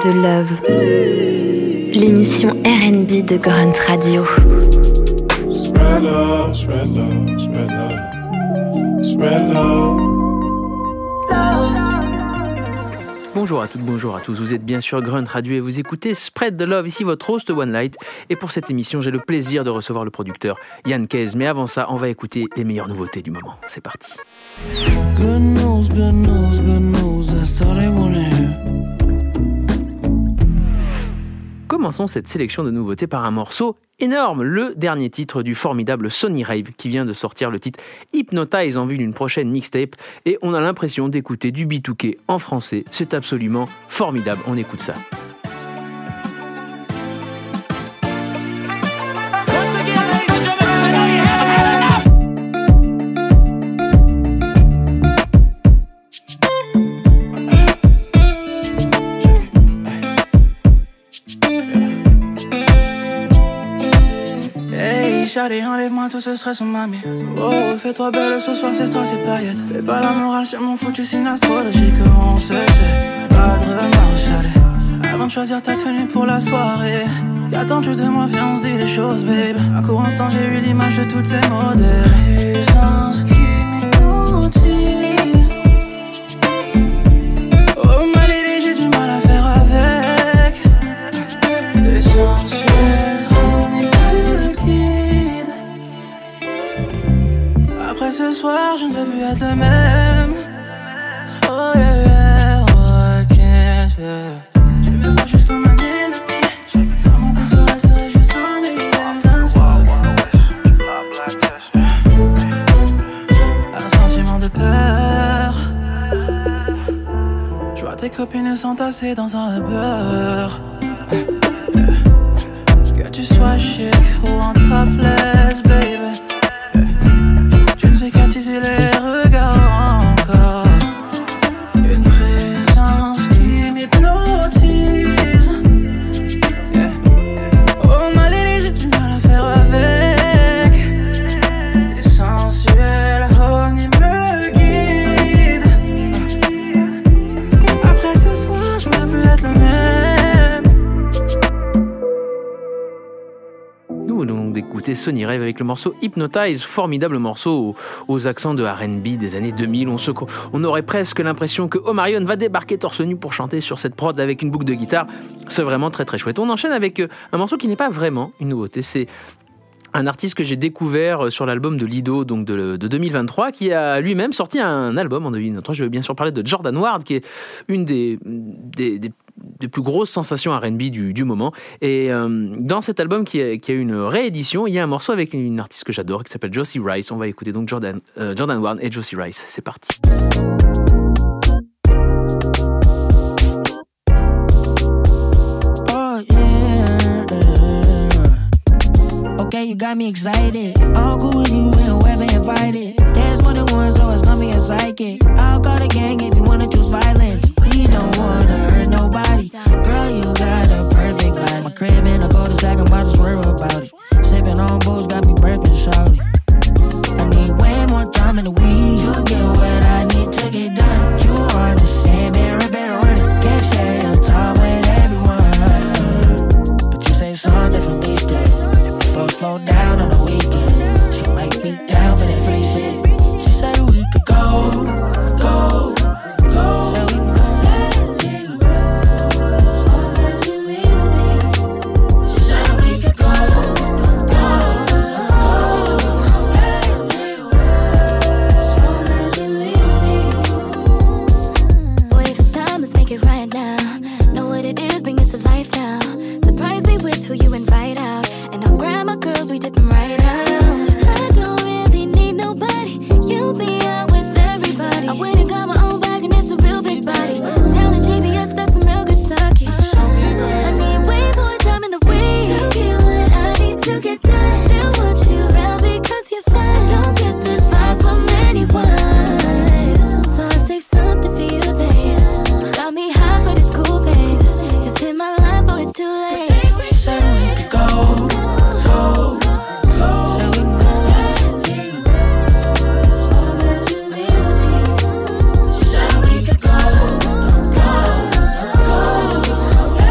de Love, l'émission R&B de Grunt Radio. Spread love, spread love, spread love, spread love. Bonjour à toutes, bonjour à tous, vous êtes bien sûr Grunt Radio et vous écoutez Spread the Love, ici votre host One Light. Et pour cette émission, j'ai le plaisir de recevoir le producteur Yann Kez. Mais avant ça, on va écouter les meilleures nouveautés du moment. C'est parti. Good news, good news, good news, that's all I wanna hear. Commençons cette sélection de nouveautés par un morceau énorme, le dernier titre du formidable Sonny Rave qui vient de sortir le titre Hypnotize en vue d'une prochaine mixtape et on a l'impression d'écouter du B2K en français, c'est absolument formidable, on écoute ça. Shawty, enlève-moi tout ce stress, mamie. Oh, fais-toi belle ce soir, c'est strass et paillettes. Fais pas la morale, c'est mon foutu signe astrologique. On se sait, pas de remords, shawty. Avant de choisir ta tenue pour la soirée, qu'attends-tu de moi, viens, on se dit les choses, babe. À court instant, j'ai eu l'image de toutes ces modèles. Présence qui m'hypnotise. Oh, ma lady, j'ai du mal à faire avec. T'es sensuelle. Après ce soir, je ne veux plus être le même. Oh yeah, oh I can't, yeah. Tu veux pas juste comme un ennemi. Sans monter sur elle serait juste ennuyeux. Un sentiment de peur. Je vois tes copines s'entasser dans un Uber. Que tu sois chic ou en topless, baby. Qu'attiser les regards encore. Une présence qui m'hypnotise. Yeah. Oh ma lady, j'ai du mal à faire avec. T'es sensuelle, on y me guide. Après ce soir, je ne veux plus être le même. Nous venons d'écouter Sonny Rave avec le morceau Hypnotize, formidable morceau aux accents de R&B des années 2000. On aurait presque l'impression que Omarion va débarquer torse nu pour chanter sur cette prod avec une boucle de guitare. C'est vraiment très très chouette. On enchaîne avec un morceau qui n'est pas vraiment une nouveauté. C'est un artiste que j'ai découvert sur l'album de Lido, donc de 2023, qui a lui-même sorti un album en 2023. Je veux bien sûr parler de Jordan Ward, qui est une des plus grosses sensations R&B du moment. Et dans cet album qui a eu une réédition, il y a un morceau avec une artiste que j'adore qui s'appelle Josie Rice. On va écouter donc Jordan Ward et Josie Rice. C'est parti. Okay, you got me excited. I'll go with you and whoever invited. There's more than one, so it's not me a psychic. I'll call the gang if you wanna choose violence. We don't wanna hurt nobody. Girl, you got a perfect body. My crib in a cul-de-sac, I'm about to swerve about it. Sipping on booze, got me burping, shawty. I need way more time in the weed. You get what I need to get done. You are the same, man, better run it. Can't share your time with everyone. But you say something different, beast day. Go slow down on the weekend. She might be down for that free shit. She said we could go. Said we could She said we could go. Boy, if it's time, let's make it right now. Know what it is, bring it to life now. Surprise me with who you invite out. And I'll grab my girls, we dipping right out. I don't really need nobody. You be out with everybody. I went and got my own bag and it's a real big body. Down in JBS, that's some real good sucking. I need way more time in the week to get what I need to get done. Still want you around because you're fine. Don't get this vibe from anyone. So I save something for you, babe. Got me high, but it's cool, babe. Just hit my line, but it's too late. She said we could go. Said we could She said we could go.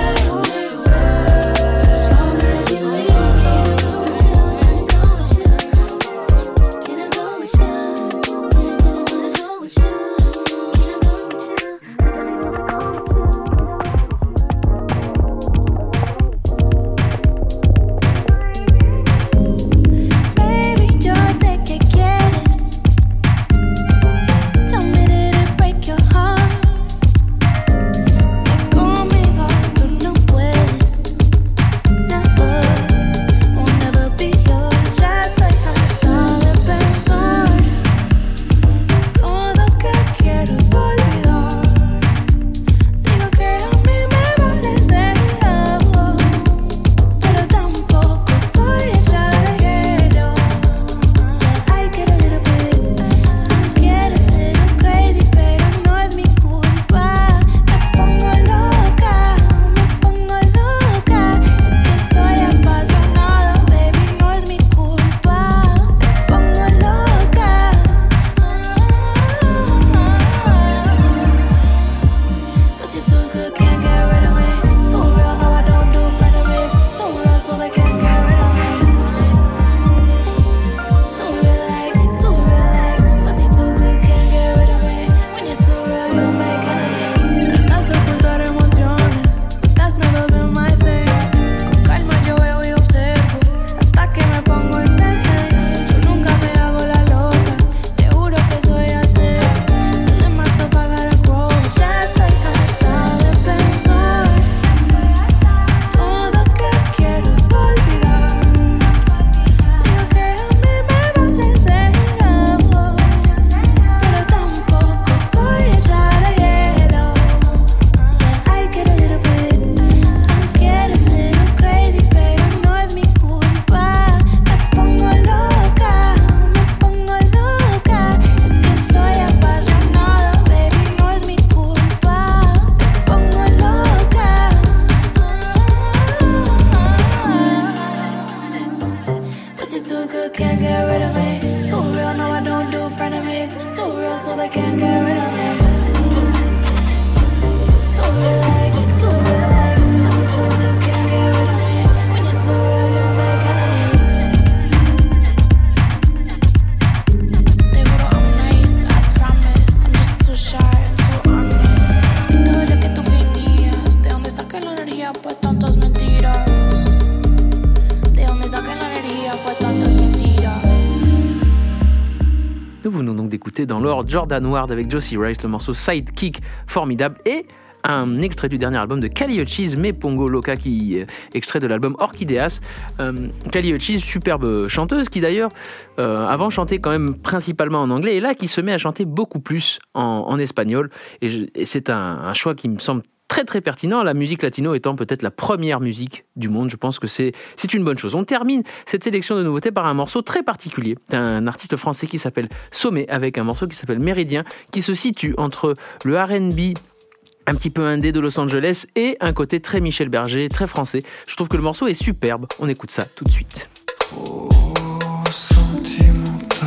écouter dans l'ordre Jordan Ward avec Josie Rice, le morceau Sidekick, formidable, et un extrait du dernier album de Kali Uchis, Me Pongo Loca, qui est extrait de l'album Orchideas. Kali Uchis, superbe chanteuse, qui d'ailleurs avant chantait quand même principalement en anglais, et là qui se met à chanter beaucoup plus en espagnol, et c'est un choix qui me semble très très pertinent, la musique latino étant peut-être la première musique du monde. Je pense que c'est une bonne chose. On termine cette sélection de nouveautés par un morceau très particulier d'un artiste français qui s'appelle Sommet, avec un morceau qui s'appelle Méridien, qui se situe entre le R&B un petit peu indé de Los Angeles et un côté très Michel Berger, très français. Je trouve que le morceau est superbe. On écoute ça tout de suite. Oh, sentimental.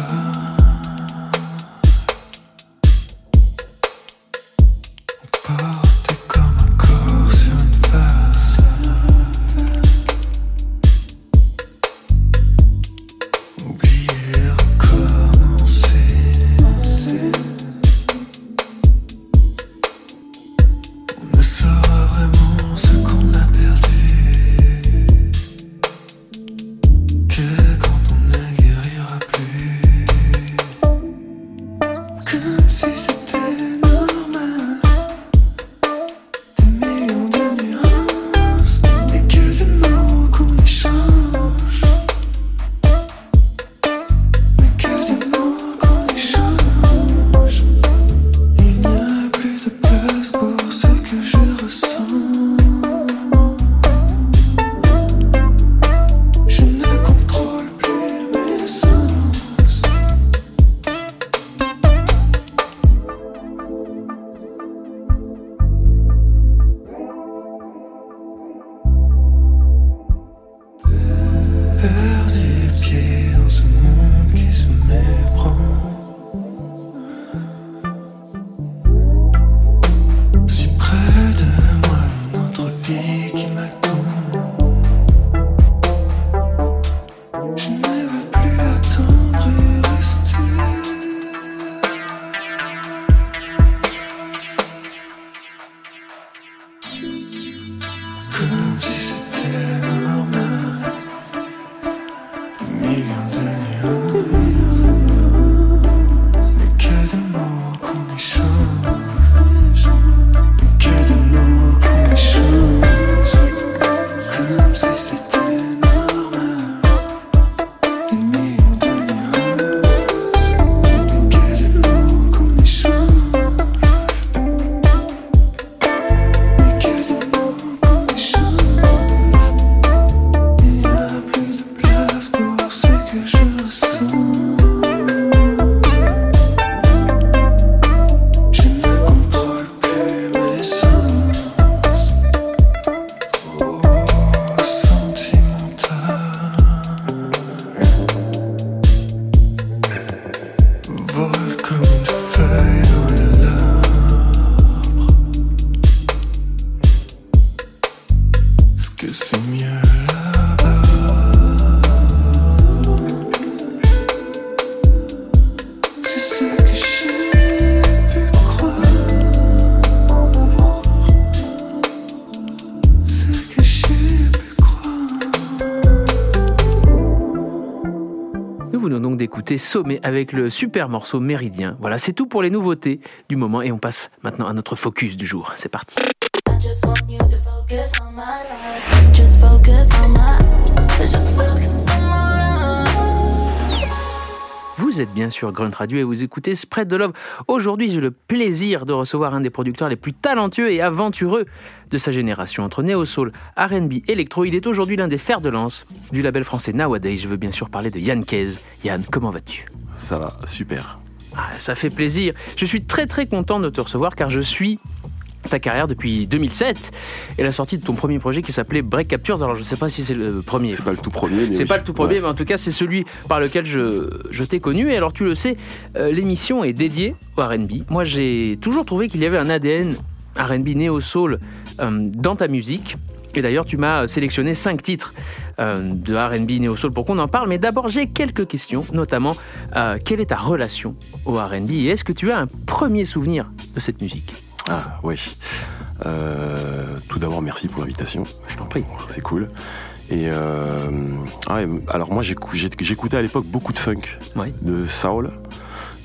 Porté comme un corps sur une face. Oublier, recommencer. On ne saura vraiment ce qu'on a perdu que quand on ne guérira plus. Comme si c'était normal. Des millions de nuances et que des mots qu'on échange. Mais que des mots qu'on échange. Il n'y a plus de place pour ce que je ressens. Je ne contrôle plus mes sens. Perdu pied dans ce monde qui se méprend. Si près de moi, une autre vie qui m'attend. Je ne veux plus attendre et rester. Comme si c'était normal. Des millions de nuances. Mais que des mots qu'on échange. Mais que des mots qu'on échange. Comme si c'était normal. Des millions de nuances. Mais que des mots qu'on échange. Mais que des mots qu'on échange. Il n'y a plus de place pour ce que je ressens. Je ne contrôle plus mes sens. Oh, sentimental. Vole comme une feuille dans de l'arbre. Est-ce que c'est mieux là-bas? C'est ce que j'ai pu croire. Ce que j'ai pu croire. Nous venons donc d'écouter Sommet avec le super morceau Méridien. Voilà, c'est tout pour les nouveautés du moment, et on passe maintenant à notre focus du jour. C'est parti. I just want you to focus on my life. Just focus on just focus on my life. Vous êtes bien sur Grunt Radio et vous écoutez Spread the Love. Aujourd'hui, j'ai le plaisir de recevoir un des producteurs les plus talentueux et aventureux de sa génération. Entre néo-soul, R&B, électro, il est aujourd'hui l'un des fers de lance du label français Nowadays. Je veux bien sûr parler de Yann Kez. Yann, comment vas-tu ? Ça va, super. Ah, ça fait plaisir. Je suis très très content de te recevoir car je suis ta carrière depuis 2007 et la sortie de ton premier projet qui s'appelait Break Captures. Alors je ne sais pas si c'est le premier. C'est pas le tout premier. C'est pas le tout premier, mais en tout cas c'est celui par lequel je t'ai connu. Et alors tu le sais, l'émission est dédiée au R&B. Moi j'ai toujours trouvé qu'il y avait un ADN R&B néo-soul dans ta musique. Et d'ailleurs tu m'as sélectionné 5 titres de R&B néo-soul pour qu'on en parle. Mais d'abord j'ai quelques questions, notamment quelle est ta relation au R&B et est-ce que tu as un premier souvenir de cette musique ? Ah oui. Tout d'abord, merci pour l'invitation. Je t'en prie. C'est cool. Et alors moi, j'écoutais à l'époque beaucoup de funk, Oui. de soul.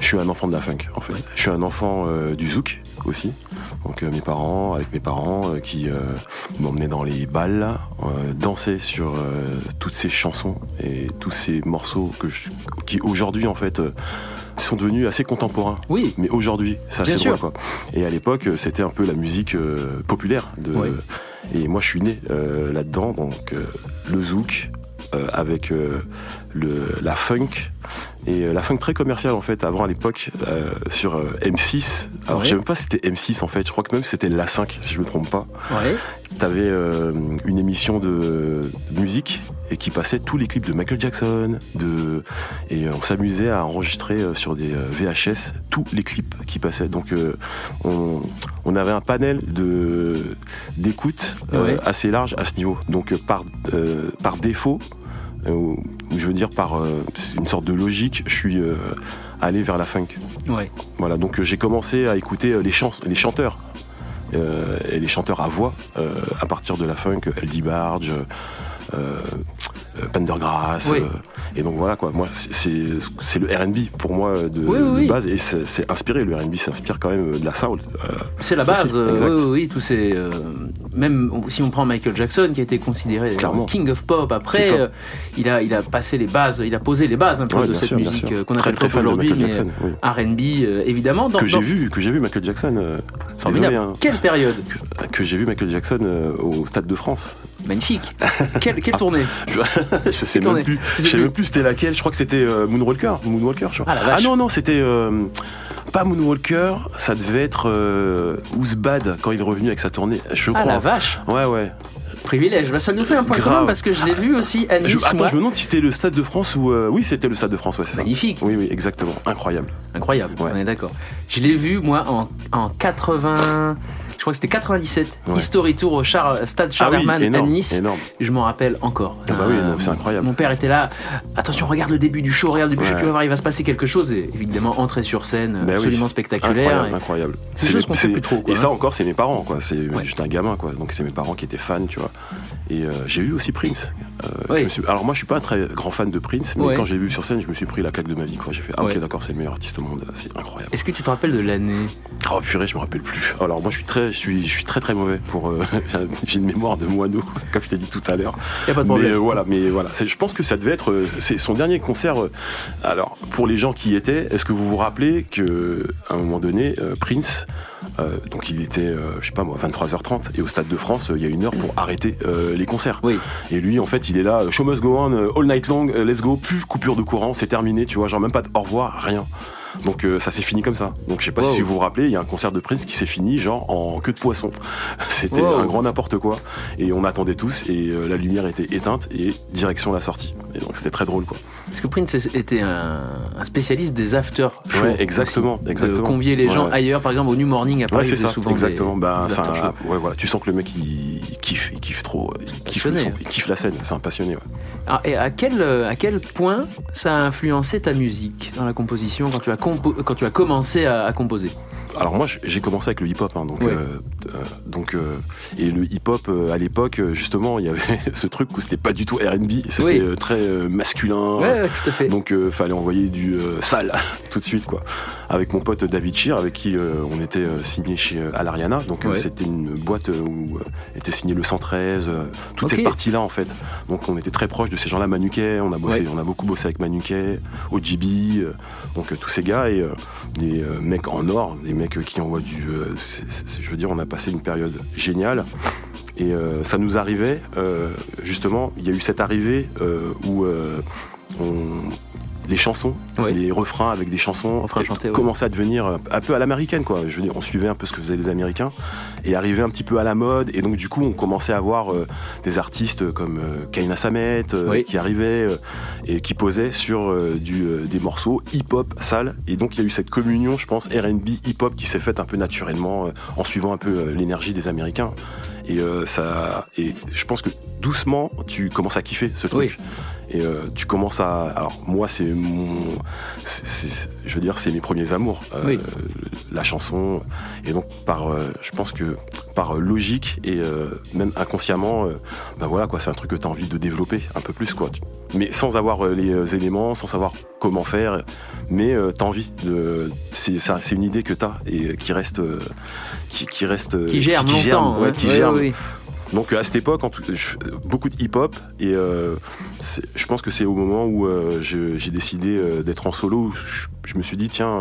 Je suis un enfant de la funk, en fait. Je suis un enfant du zouk aussi. Donc mes parents qui m'emmenaient dans les balles, dansaient sur toutes ces chansons et tous ces morceaux qui aujourd'hui en fait sont devenus assez contemporains. Oui. Mais aujourd'hui, ça Bien c'est sûr. drôle quoi. Et à l'époque, c'était un peu la musique populaire Oui. Et moi je suis né là-dedans, donc le zouk avec la funk. Et la funk très commerciale en fait, avant à l'époque, sur M6. Alors Ouais. je sais même pas si c'était M6 en fait, je crois que même c'était l'A5 si je me trompe pas. Ouais. T'avais une émission de musique et qui passait tous les clips de Michael Jackson, et on s'amusait à enregistrer sur des VHS tous les clips qui passaient. Donc on avait un panel d'écoute Ouais. assez large à ce niveau. Donc par défaut, je veux dire par une sorte de logique, je suis allé vers la funk. Ouais. Voilà, donc j'ai commencé à écouter les chanteurs. Et les chanteurs à voix à partir de la funk, L.D. Barge, Pendergrass, Oui. et donc voilà quoi. Moi c'est le R&B pour moi Oui. de base, et c'est inspiré, le R&B s'inspire quand même de la soul. C'est la base, aussi, exact. oui, tous ces. Même si on prend Michael Jackson, qui a été considéré Clairement. King of Pop, C'est après, ça. il a passé les bases, il a posé les bases un peu Ouais, de bien cette sûr, bien musique sûr. qu'on Très, appelle très pop fan de aujourd'hui, Michael mais Jackson, oui. R&B, évidemment. Que j'ai vu Michael Jackson. Formidable. Désolé, hein, Quelle période que j'ai vu Michael Jackson au Stade de France. Magnifique. Quelle tournée Je sais Tournée. même plus. Je sais même plus c'était laquelle. Je crois que c'était Moonwalker, je crois. Ah, la vache. Non, c'était pas Moonwalker. Ça devait être Ouzbad quand il est revenu avec sa tournée. Je Ah crois. la vache. Ouais. Privilège. Bah, ça nous fait un point Grave. commun parce que je l'ai vu aussi à Nice. Attends, moi. je me demande si c'était le Stade de France ou oui, c'était le Stade de France. Ouais, c'est ça. Magnifique. Oui, exactement. Incroyable. Incroyable, Ouais. on est d'accord. Je l'ai vu, moi, en 80... Je crois que c'était 97, Ouais. History Tour au Stade Charles Hermann à énorme, Nice. énorme. Je m'en rappelle encore. Ah bah oui, non, c'est incroyable. Mon père était là. Attention, regarde le début du show, Ouais. tu vas voir, il va se passer quelque chose. Et évidemment, entrée sur scène, Bah oui. absolument spectaculaire. Incroyable. C'est des choses qu'on fait plus trop, quoi, Et ça hein. encore, c'est mes parents, quoi. C'est Ouais. juste un gamin, quoi. Donc c'est mes parents qui étaient fans, tu vois. Et j'ai vu aussi Prince. Oui. Alors moi, je suis pas un très grand fan de Prince, mais Ouais. quand j'ai vu sur scène, je me suis pris la claque de ma vie, quoi. J'ai fait Ouais. ok, d'accord, c'est le meilleur artiste au monde. C'est incroyable. Est-ce que tu te rappelles de l'année? Oh purée, je me rappelle plus. Alors moi, je suis très mauvais pour. J'ai une mémoire de moineau, comme je t'ai dit tout à l'heure. Y a pas de Mais problème. voilà. Je pense que ça devait être c'est son dernier concert. Alors pour les gens qui y étaient, est-ce que vous vous rappelez que à un moment donné, Prince, donc il était, je sais pas moi, 23h30, et au Stade de France, il y a une heure pour arrêter les concerts. Oui. Et lui, en fait, il est là, show must go on, all night long, let's go, plus coupure de courant, c'est terminé, tu vois, genre même pas de au revoir, rien. Donc ça s'est fini comme ça. Donc je sais pas Wow. si vous vous rappelez, il y a un concert de Prince qui s'est fini genre en queue de poisson. C'était Wow. un grand n'importe quoi. Et on attendait tous, et la lumière était éteinte, et direction la sortie. Et donc c'était très drôle, quoi. Parce que Prince était un spécialiste des after-shows. Ouais, exactement, aussi. exactement. De convier les gens Ouais. ailleurs, par exemple au New Morning à Paris, Ouais, c'est il faisait ça, souvent exactement. des C'est after-shows. ouais, voilà. Tu sens que le mec il kiffe trop, il kiffe le son, Passionné. il kiffe la scène. C'est un passionné. Ouais. Ah, et à quel point ça a influencé ta musique dans la composition quand tu as commencé à composer? Alors moi j'ai commencé avec le hip-hop, hein, Ouais. Et le hip-hop à l'époque justement il y avait ce truc où c'était pas du tout R&B, c'était Oui. très masculin. Ouais, tout à fait. Donc fallait envoyer du sale tout de suite, quoi. Avec mon pote David Shear, avec qui on était signé chez Alariana. Donc Ouais. c'était une boîte où était signé le 113, toute Ok. cette partie-là en fait. Donc on était très proche de ces gens-là, Manuquet, on a Ouais. beaucoup bossé avec Manuquet, OGB, donc tous ces gars, et des mecs en or, des mecs qui envoient du... je veux dire, on a passé une période géniale. Et ça nous arrivait, justement, il y a eu cette arrivée où les chansons, Ouais. les refrains avec des chansons Refrains chantés, ouais. commençaient à devenir un peu à l'américaine, quoi. Je veux dire, on suivait un peu ce que faisaient les Américains et arrivait un petit peu à la mode. Et donc du coup, on commençait à voir des artistes comme Kaina Samet Oui. qui arrivaient et qui posaient sur des morceaux hip-hop sale. Et donc il y a eu cette communion, je pense, R&B hip-hop qui s'est faite un peu naturellement en suivant un peu l'énergie des Américains. Et je pense que doucement, tu commences à kiffer ce truc. Oui. Et tu commences à... Alors moi, je veux dire, c'est mes premiers amours, Oui. la chanson. Et donc, je pense que par logique et même inconsciemment, ben voilà, quoi, c'est un truc que tu as envie de développer un peu plus, quoi. Mais sans avoir les éléments, sans savoir comment faire, mais tu as envie de... C'est une idée que tu as et qui reste... qui germe longtemps. Ouais, hein. qui Oui, germe. oui. Donc à cette époque, beaucoup de hip-hop, et je pense que c'est au moment où j'ai décidé d'être en solo, où je me suis dit, tiens,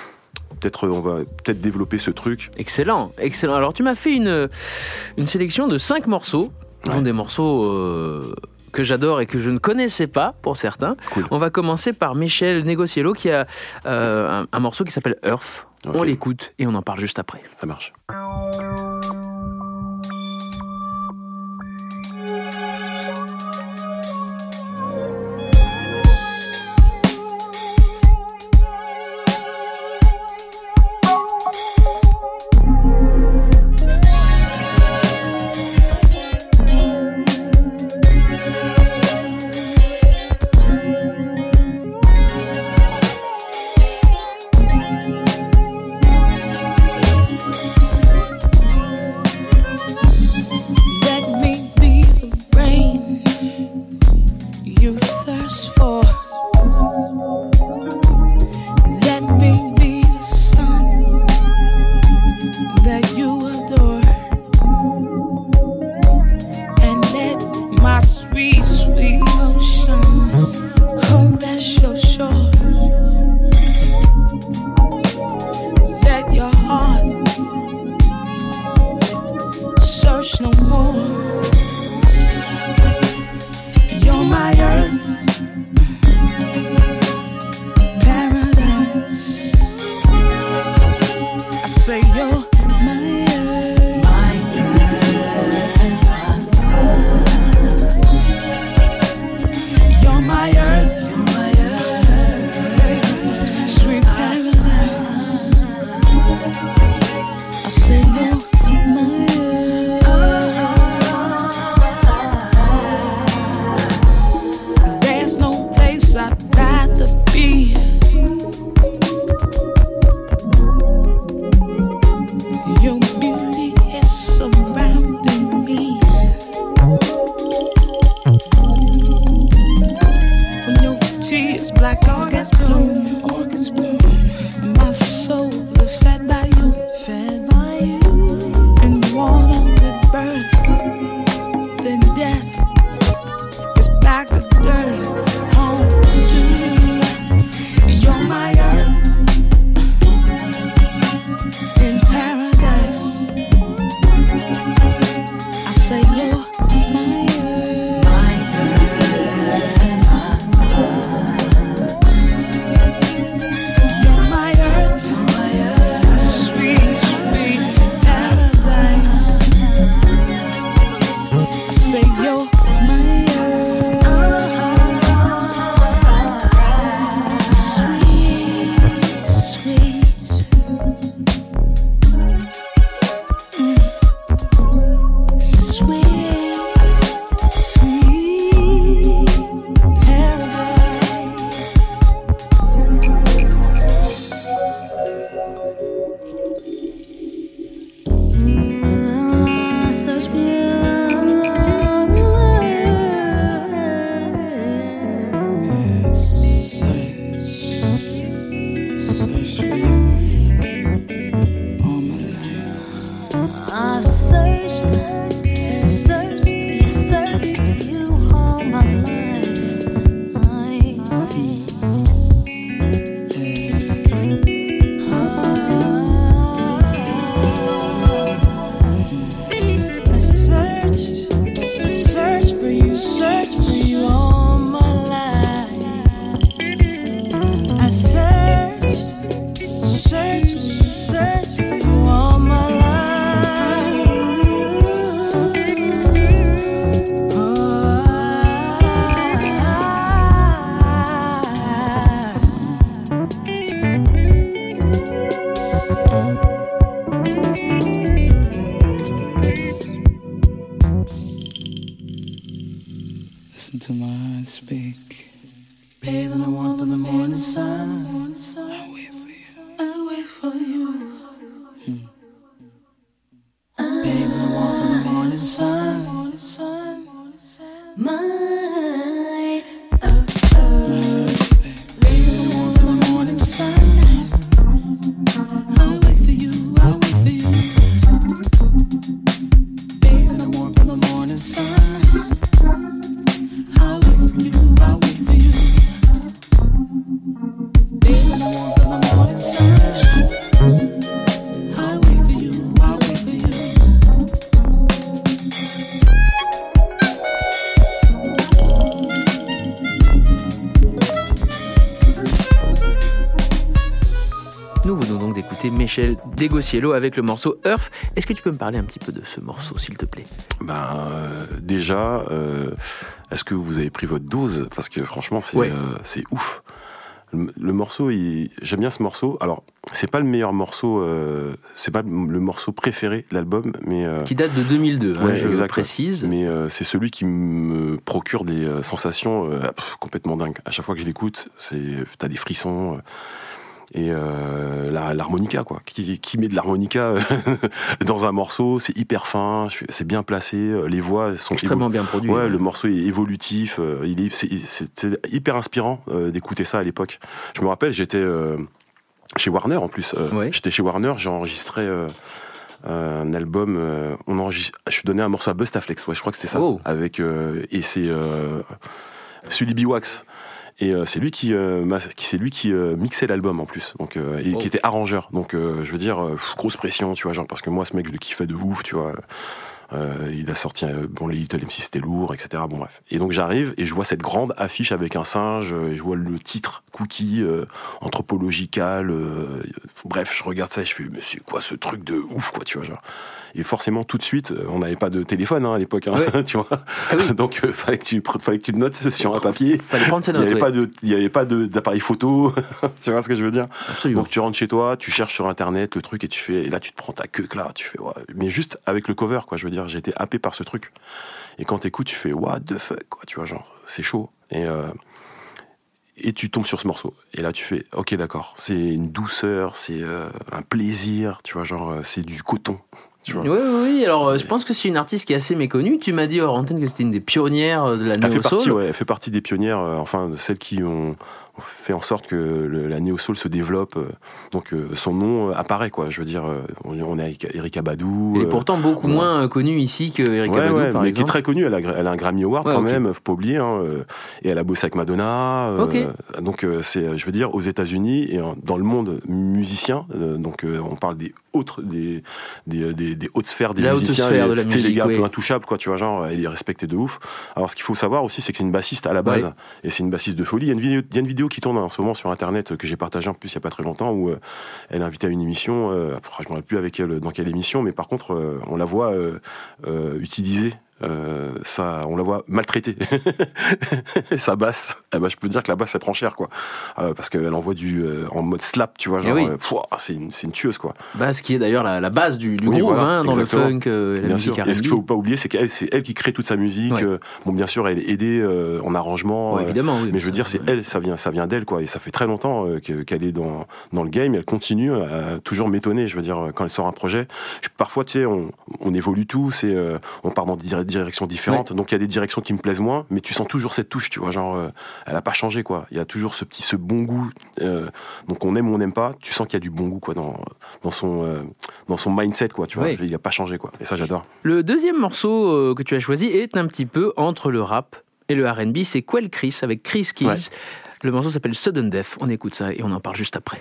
on va peut-être développer ce truc. Excellent, excellent. Alors tu m'as fait une sélection de 5 morceaux, dont des morceaux que j'adore et que je ne connaissais pas pour certains. Cool. On va commencer par Michel Negociello qui a un morceau qui s'appelle Earth. Okay. On l'écoute et on en parle juste après. Ça marche. Such beautiful Listen to my heart speak. Bathe in the warmth of the morning sun. I wait for you. I wait for you. Bathe in the warmth of the morning sun. My bathe in the warmth of the morning sun. I'll wait for you. I'll wait for you. Bathe in the warmth of the morning sun. I'll wait for you. I'll wait for you. Bathe in the warmth of the morning sun. I'll wait for you. I'll wait for you. Nous venons donc d'écouter Michel Degociello avec le morceau Earth. Est-ce que tu peux me parler un petit peu de ce morceau, s'il te plaît ? Déjà, est-ce que vous avez pris votre dose ? Parce que franchement, c'est ouf. Le morceau, j'aime bien ce morceau. Alors, c'est pas le meilleur morceau, c'est pas le morceau préféré de l'album, mais qui date de 2002, je précise. Mais c'est celui qui me procure des sensations complètement dingues. À chaque fois que je l'écoute, t'as des frissons. Et l'harmonica, quoi. Qui met de l'harmonica dans un morceau, c'est hyper fin, c'est bien placé, les voix sont extrêmement bien produits. Ouais, le morceau est évolutif, c'est hyper inspirant d'écouter ça à l'époque. Je me rappelle, j'étais chez Warner en plus. J'étais chez Warner, j'ai enregistré un album. Je donnais un morceau à Bustaflex, je crois que c'était ça. Oh. Avec et c'est Sully Biwax. Et c'est lui qui mixait l'album en plus, donc qui était arrangeur. Donc je veux dire grosse pression, tu vois, genre parce que moi ce mec je le kiffais de ouf, tu vois. Il a sorti les Little MC c'était lourd, etc. Bon bref. Et donc j'arrive et je vois cette grande affiche avec un singe, et je vois le titre Cookie Anthropological. Bref, je regarde ça et je fais mais c'est quoi ce truc de ouf, quoi, tu vois, genre. Et forcément, tout de suite, on n'avait pas de téléphone à l'époque, tu vois. Ah oui. Donc, fallait que tu le notes sur un papier. Fallait prendre ses notes. Il n'y avait pas d'appareil photo. Tu vois ce que je veux dire ? Absolument. Donc, tu rentres chez toi, tu cherches sur Internet le truc et là, tu te prends ta queue là. Tu fais, ouais. Mais juste avec le cover, quoi. Je veux dire, j'ai été happé par ce truc. Et quand t'écoutes, tu fais, what the fuck, quoi. Tu vois, genre, c'est chaud. Et tu tombes sur ce morceau. Et là, tu fais, ok, d'accord. C'est une douceur, c'est un plaisir, tu vois, genre, c'est du coton. Oui. Alors, je pense que c'est une artiste qui est assez méconnue. Tu m'as dit hors antenne que c'était une des pionnières de la néo-soul. Elle fait partie des pionnières, de celles qui ont fait en sorte que la néo-soul se développe. Donc, son nom apparaît, quoi. Je veux dire, on est avec Erykah Badu. Elle est pourtant beaucoup moins connue ici que Erykah Badu, par exemple. Mais qui est très connue. Elle a un Grammy Award quand même, faut pas oublier. Et elle a bossé avec Madonna. Donc, je veux dire, aux États-Unis et dans le monde musicien. Donc, on parle des hautes sphères des musiciens, de la musique, les gars un peu intouchables, quoi, tu vois, genre, elle est respectée de ouf. Alors, ce qu'il faut savoir aussi, c'est que c'est une bassiste à la base, et c'est une bassiste de folie. Il y a une vidéo qui tourne en ce moment sur Internet que j'ai partagée en plus il y a pas très longtemps, où elle est invitée à une émission, je me rappelle plus avec elle dans quelle émission, mais par contre, on la voit utiliser. On la voit maltraitée. Sa basse, je peux dire que la basse elle prend cher, quoi, parce qu'elle envoie en mode slap, tu vois, genre c'est une tueuse, quoi. Basse qui est d'ailleurs la base du groove, dans exactement. Le funk, la musique R&B. Et ce qu'il faut pas oublier, c'est c'est elle qui crée toute sa musique. Bon, bien sûr, elle est aidée en arrangement, évidemment, mais je veux dire, c'est elle, ça vient d'elle, quoi. Et ça fait très longtemps qu'elle est dans le game. Et elle continue à toujours m'étonner. Je veux dire, quand elle sort un projet, parfois, tu sais, on évolue tous et on part dans des directions différentes, donc il y a des directions qui me plaisent moins, mais tu sens toujours cette touche, tu vois, genre elle a pas changé, quoi. Il y a toujours ce bon goût, donc on aime ou on n'aime pas, tu sens qu'il y a du bon goût, quoi, dans son mindset, quoi, tu vois. Il a pas changé, quoi, et ça j'adore. Le deuxième morceau que tu as choisi est un petit peu entre le rap et le R&B, c'est Quelle Chris avec Chris Keys. Le morceau s'appelle Sudden Death, on écoute ça et on en parle juste après.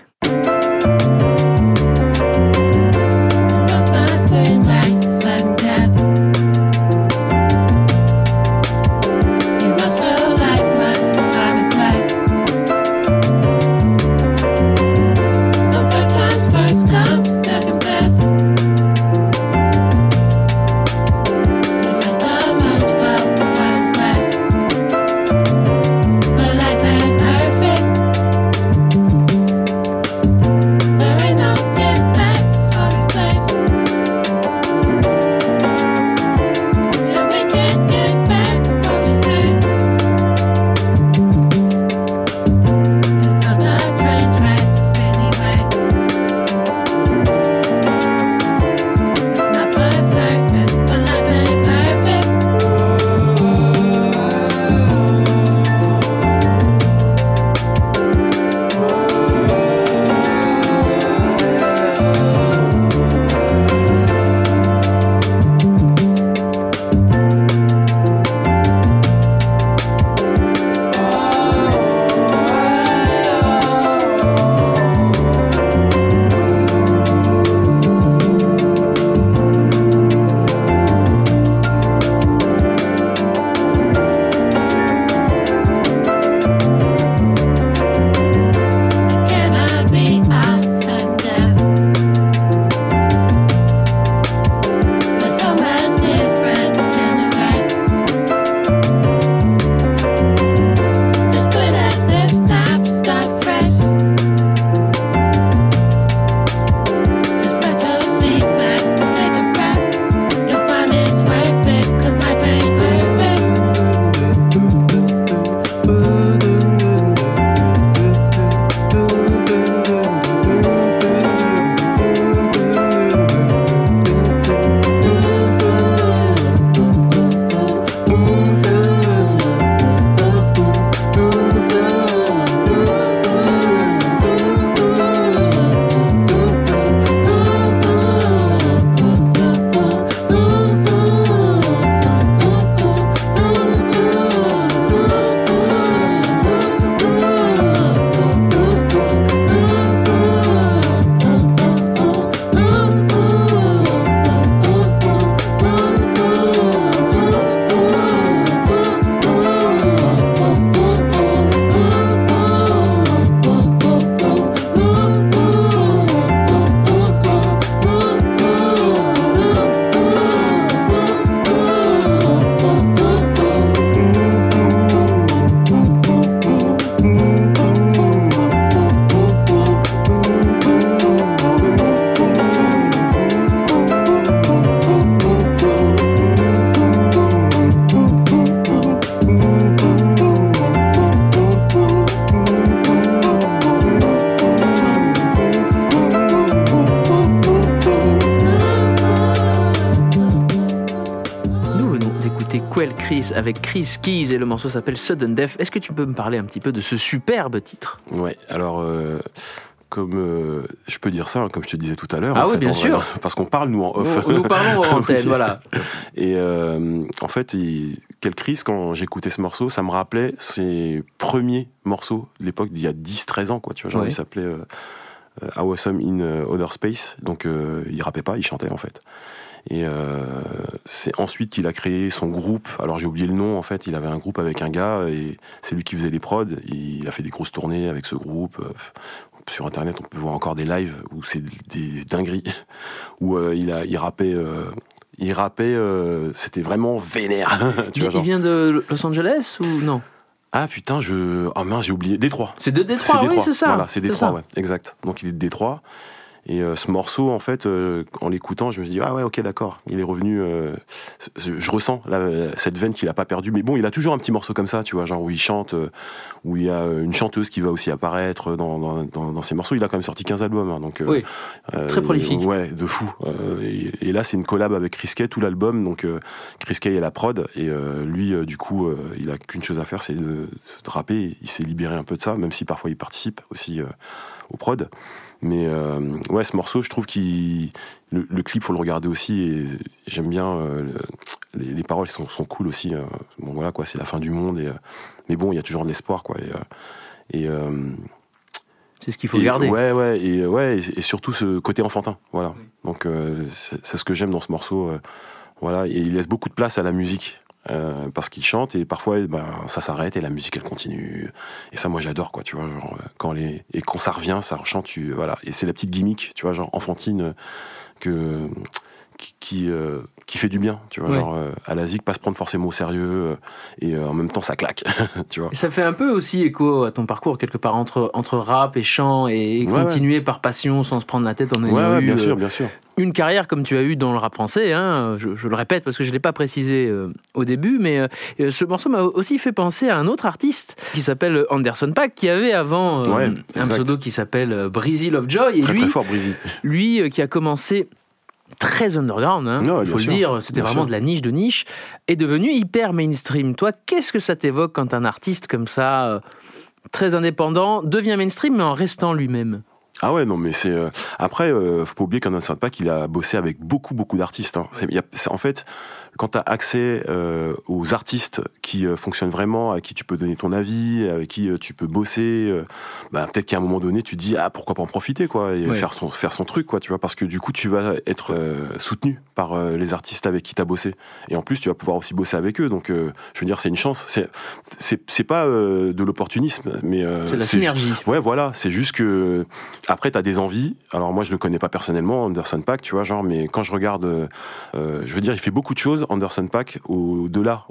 avec Chris Keys et le morceau s'appelle Sudden Death. Est-ce que tu peux me parler un petit peu de ce superbe titre ? Ouais, alors comme je peux dire ça, hein, comme je te disais tout à l'heure. Ah en oui, fait, bien sûr. Parce qu'on parle nous en off. Nous parlons en antenne, voilà. Et en fait, quel Chris, quand j'écoutais ce morceau, ça me rappelait ses premiers morceaux de l'époque d'il y a 10-13 ans, quoi. Tu vois, genre, Ouais. il s'appelait Awesome in Outer Space. Donc il rappait pas, il chantait en fait. Et c'est ensuite qu'il a créé son groupe. Alors j'ai oublié le nom en fait. Il avait un groupe avec un gars et c'est lui qui faisait les prods. Il a fait des grosses tournées avec ce groupe. Sur internet, on peut voir encore des lives où c'est des dingueries. Où il rappait. C'était vraiment vénère. Tu vois, Il genre. vient de Los Angeles ou non ? Ah putain, mince, j'ai oublié. Détroit. C'est de Détroit, oui, c'est ça. Voilà, c'est Détroit, ouais, exact. Donc il est de Détroit. Et ce morceau, en fait, en l'écoutant, je me suis dit, ah ouais, ok, d'accord, il est revenu. Je ressens cette veine qu'il a pas perdue. Mais bon, il a toujours un petit morceau comme ça, tu vois, genre où il chante, où il y a une chanteuse qui va aussi apparaître dans ses morceaux. Il a quand même sorti 15 albums. Hein, donc, oui, très prolifique. Ouais, de fou. Et là, c'est une collab avec Chris Kay, tout l'album. Donc Chris Kay est la prod. Et lui, du coup, il a qu'une chose à faire, c'est de rapper. Il s'est libéré un peu de ça, même si parfois il participe aussi au prod. Mais ouais, ce morceau, je trouve le clip, faut le regarder aussi. Et j'aime bien les paroles sont cool aussi. Bon voilà quoi, c'est la fin du monde. Mais bon, il y a toujours de l'espoir quoi. C'est ce qu'il faut garder. Ouais, et surtout ce côté enfantin. Voilà. Oui. Donc c'est ce que j'aime dans ce morceau. Voilà, et il laisse beaucoup de place à la musique. Parce qu'il chante et parfois ça s'arrête et la musique elle continue et ça moi j'adore quoi, tu vois, genre, quand ça revient ça rechante, voilà, et c'est la petite gimmick, tu vois, genre enfantine qui fait du bien, tu vois, ouais. Genre à la zik, pas se prendre forcément au sérieux et en même temps ça claque. Tu vois. Et ça fait un peu aussi écho à ton parcours quelque part entre rap et chant et continuer par passion sans se prendre la tête en ayant eu bien sûr. Une carrière comme tu as eu dans le rap français, hein, je le répète parce que je ne l'ai pas précisé au début, mais ce morceau m'a aussi fait penser à un autre artiste qui s'appelle Anderson .Paak, qui avait avant un pseudo qui s'appelle Breezy Lovejoy. Et très fort, Breezy. Lui qui a commencé très underground, hein, il faut le dire, c'était vraiment de la niche de niche, est devenu hyper mainstream. Toi, qu'est-ce que ça t'évoque quand un artiste comme ça, très indépendant, devient mainstream mais en restant lui-même ? Ah ouais, non, mais c'est... Après, faut pas oublier qu'Anderson .Paak, il a bossé avec beaucoup d'artistes. Hein. En fait, quand tu as accès aux artistes qui fonctionnent vraiment, à qui tu peux donner ton avis, avec qui tu peux bosser, peut-être qu'à un moment donné, tu te dis, pourquoi pas en profiter, quoi, et faire son truc, quoi, tu vois, parce que du coup, tu vas être soutenu par les artistes avec qui tu as bossé. Et en plus, tu vas pouvoir aussi bosser avec eux. Donc, je veux dire, c'est une chance. C'est pas de l'opportunisme, mais... c'est de la synergie. Ouais, voilà. C'est juste que... Après, t'as des envies. Alors moi, je le connais pas personnellement, Anderson .Paak, tu vois, genre, mais quand je regarde, je veux dire, il fait beaucoup de choses, Anderson .Paak, au-delà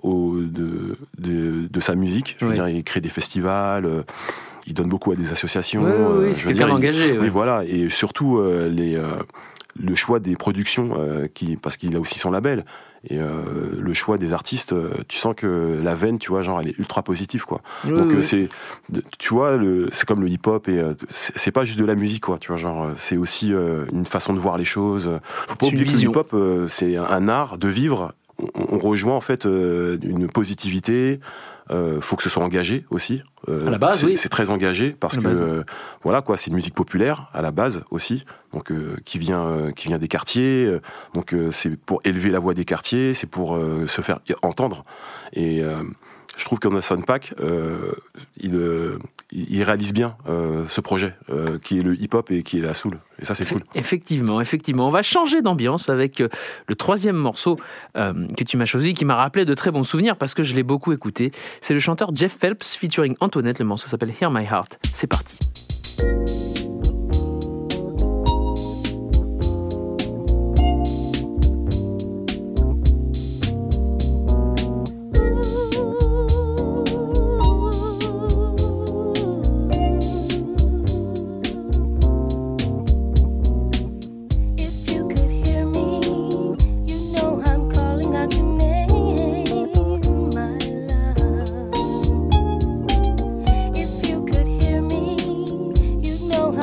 de sa musique. Je veux dire, il crée des festivals, il donne beaucoup à des associations. Oui, c'est quelqu'un engagé. Oui, voilà, et surtout le choix des productions, parce qu'il a aussi son label. Et le choix des artistes, tu sens que la veine, tu vois, genre, elle est ultra positive, quoi. Donc c'est, tu vois, c'est comme le hip-hop et c'est pas juste de la musique, quoi. Tu vois, genre, c'est aussi une façon de voir les choses. Faut pas oublier que le hip-hop, c'est un art de vivre. On rejoint en fait une positivité. Faut que ce soit engagé aussi. À la base, c'est très engagé parce que voilà quoi, c'est une musique populaire à la base aussi, donc qui vient des quartiers. Donc c'est pour élever la voix des quartiers, c'est pour se faire entendre. Et je trouve qu'Anderson .Paak, il réalise bien ce projet qui est le hip-hop et qui est la soul. Et ça, c'est cool. Effectivement. On va changer d'ambiance avec le troisième morceau que tu m'as choisi, qui m'a rappelé de très bons souvenirs parce que je l'ai beaucoup écouté. C'est le chanteur Jeff Phelps featuring Antoinette. Le morceau s'appelle Hear My Heart. C'est parti. Know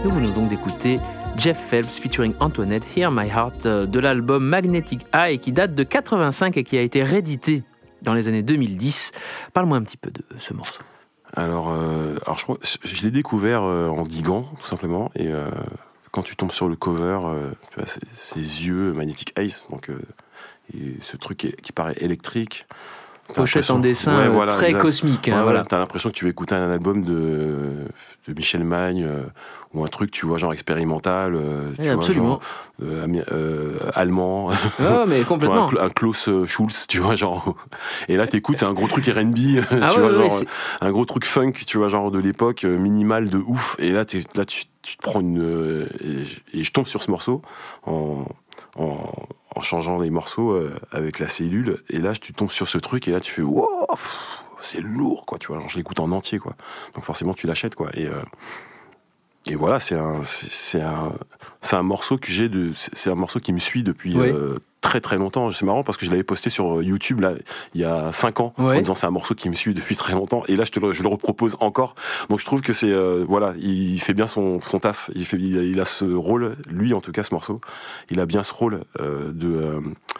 Nous venons donc d'écouter Jeff Phelps featuring Antoinette, Hear My Heart, de l'album Magnetic Eye qui date de 85 et qui a été réédité dans les années 2010. Parle-moi un petit peu de ce morceau. Alors je crois, je l'ai découvert en diguant, tout simplement, et quand tu tombes sur le cover, tu vois, ces yeux Magnetic Eyes, donc et ce truc qui paraît électrique. Pochette en dessin très cosmique. Ouais, voilà. T'as l'impression que tu vas écouter un album de Michel Magne ou un truc, tu vois, genre expérimental, tu absolument. vois, genre allemand. Oh, mais complètement. Un Klaus Schulz, tu vois, genre. Et là, t'écoutes, c'est un gros truc R&B, tu vois, genre un gros truc funk, tu vois, genre de l'époque, minimal de ouf. Et là, tu te prends une et je tombe sur ce morceau en changeant les morceaux avec la cellule, et là tu tombes sur ce truc et là tu fais wow, c'est lourd quoi, tu vois, genre, je l'écoute en entier quoi, donc forcément tu l'achètes quoi, et voilà, c'est un morceau que c'est un morceau qui me suit depuis très très longtemps. C'est marrant parce que je l'avais posté sur YouTube là il y a 5 ans en disant c'est un morceau qui me suit depuis très longtemps, et là je le repropose encore. Donc je trouve que c'est voilà, il fait bien son taf, il a ce rôle, lui en tout cas, ce morceau, il a bien ce rôle de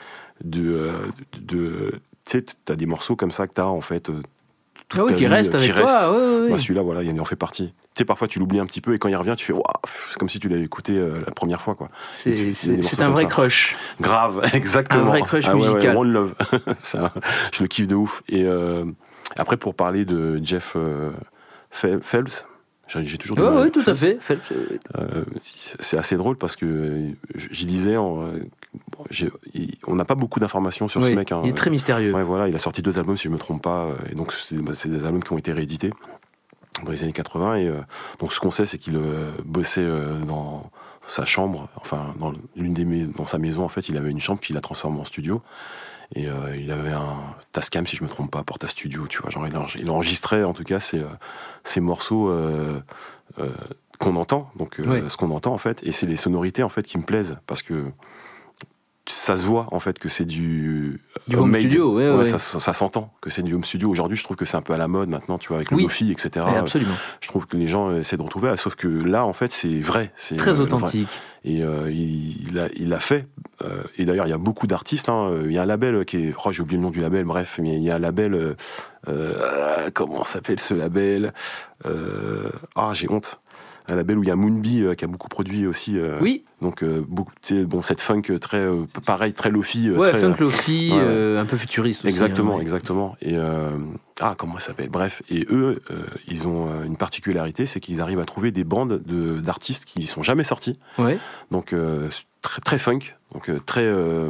tu sais, t'as des morceaux comme ça que t'as en fait toute ta qui vie, reste avec toi. Moi, celui-là, voilà, il en fait partie. Tu sais, parfois tu l'oublies un petit peu et quand il revient, tu fais waouh, c'est comme si tu l'avais écouté la première fois, quoi. C'est un vrai crush. Grave, exactement. Un vrai crush musical. One Love. Ça, je le kiffe de ouf. Et après, pour parler de Jeff Phelps, j'ai toujours. Oui, tout à fait. Phelps. C'est assez drôle parce que j'y lisais. On n'a pas beaucoup d'informations sur ce mec. Il est très mystérieux. Ouais, voilà, il a sorti 2 albums si je me trompe pas, et donc c'est des albums qui ont été réédités dans les années 80, et donc ce qu'on sait, c'est qu'il bossait dans sa chambre, enfin dans sa maison en fait, il avait une chambre qu'il a transformée en studio, et il avait un Tascam si je me trompe pas, Porta Studio, tu vois, genre il enregistrait en tout cas ces morceaux qu'on entend, donc ce qu'on entend en fait, et c'est les sonorités en fait qui me plaisent parce que ça se voit en fait que c'est du home studio, ça s'entend que c'est du home studio. Aujourd'hui, je trouve que c'est un peu à la mode maintenant, tu vois, avec le Lo-fi, etc. Absolument. Je trouve que les gens essaient de retrouver, sauf que là, en fait, c'est vrai, c'est très authentique. Et il l'a fait. Et d'ailleurs, il y a beaucoup d'artistes. Il y a un label qui est, j'ai oublié le nom du label. Bref, mais il y a un label. Comment s'appelle ce label ? J'ai honte. Un label où il y a Moonbee qui a beaucoup produit aussi. Donc cette funk très pareil, très lo-fi. Très, funk lo-fi, un peu futuriste aussi. Exactement. Et comment ça s'appelle ? Bref, et eux, ils ont une particularité, c'est qu'ils arrivent à trouver des bandes d'artistes qui ne sont jamais sortis. Ouais. Donc très, très funk, donc très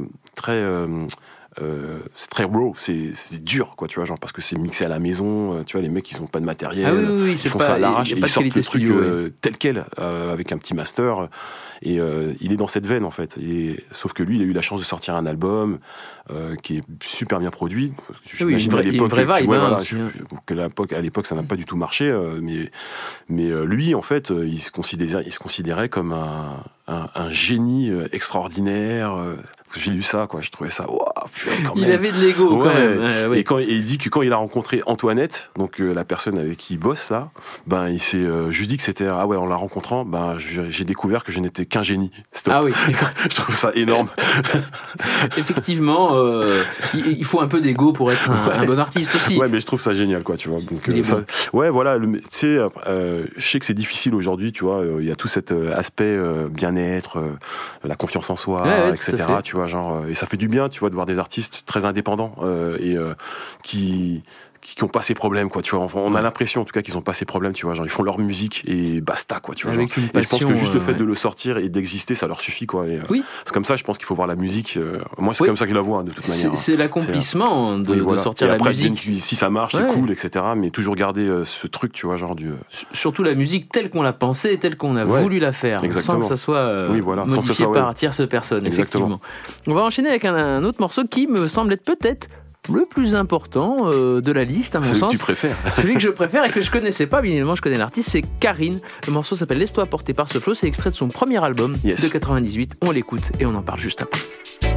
c'est très raw, c'est dur quoi, tu vois, genre parce que c'est mixé à la maison, tu vois, les mecs ils ont pas de matériel, ils font ça à l'arrache et ils sortent le truc tel quel avec un petit master, et il est dans cette veine en fait, sauf que lui il a eu la chance de sortir un album qui est super bien produit. J'imagine à l'époque à l'époque ça n'a pas du tout marché, mais lui en fait il se considérait comme un génie extraordinaire. J'ai lu ça quoi, je trouvais ça quand même. Il avait de l'ego quand même. Et il dit que quand il a rencontré Antoinette, donc la personne avec qui il bosse là, il s'est juste dit que c'était en la rencontrant, j'ai découvert que je n'étais qu'un génie. Stop. Ah oui. Je trouve ça énorme. Effectivement, il faut un peu d'ego pour être un bon artiste aussi. Ouais, mais je trouve ça génial quoi, tu vois. Donc voilà, tu sais, je sais que c'est difficile aujourd'hui, tu vois, il y a tout cet aspect bien-être, la confiance en soi, etc. Tu vois, genre, et ça fait du bien, tu vois, de voir des artistes très indépendants qui ont pas ces problèmes quoi, tu vois, enfin, on a l'impression en tout cas qu'ils ont pas ces problèmes, tu vois, genre ils font leur musique et basta quoi, tu vois, genre. Et je pense que juste le fait de le sortir et d'exister, ça leur suffit quoi, et c'est comme ça, je pense qu'il faut voir la musique, moi c'est comme ça que je la vois de toute manière. C'est l'accomplissement de sortir la musique, si ça marche c'est cool, etc., mais toujours garder ce truc, tu vois, genre surtout la musique telle qu'on l'a pensée, telle qu'on a voulu la faire. Exactement. Sans que ça soit modifié par tierce personne. Exactement. On va enchaîner avec un autre morceau qui me semble être peut-être le plus important de la liste, à mon sens. Celui que tu préfères. Celui que je préfère et que je connaissais pas, bien évidemment, je connais l'artiste, c'est Karine. Le morceau s'appelle Laisse-toi porter par ce flow, c'est extrait de son premier album de 98. On l'écoute et on en parle juste après.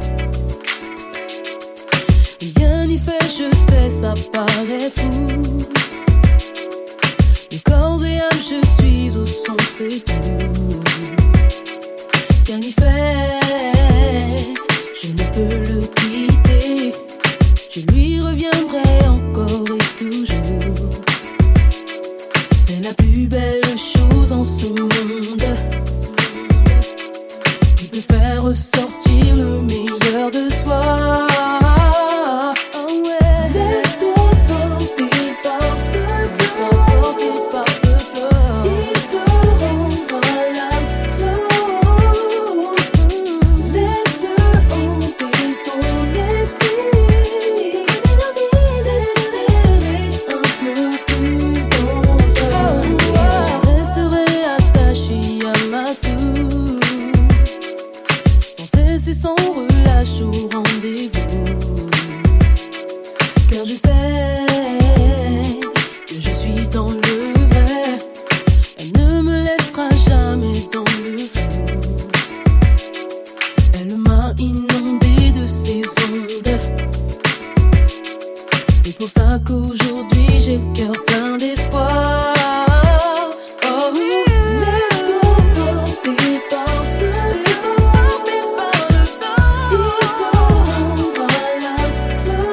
Rien n'y fait, je sais, ça paraît fou. Mais corps et âme, je suis au son, c'est tout. est la plus belle chose en ce monde. Qui peut faire ressortir le meilleur de soi. Oh ouais. Laisse-toi porter par ce flot. Laisse-toi porter par ce flot. Il te rendra l'âme slow. Laisse-le hanter ton esprit. La vie d'espérer un peu plus longtemps. Je resterai attaché à ma source, sans cesser, sans relâche au rendez-vous. Car je sais que je suis dans le vrai. Elle ne me laissera jamais dans le flou. Elle m'a inondé de ses ondes. C'est pour ça qu'aujourd'hui j'ai le cœur plein d'espoir. Oh oui, laisse-toi porter par ce, laisse-toi porter par le vent. Il te rendra l'âme slow.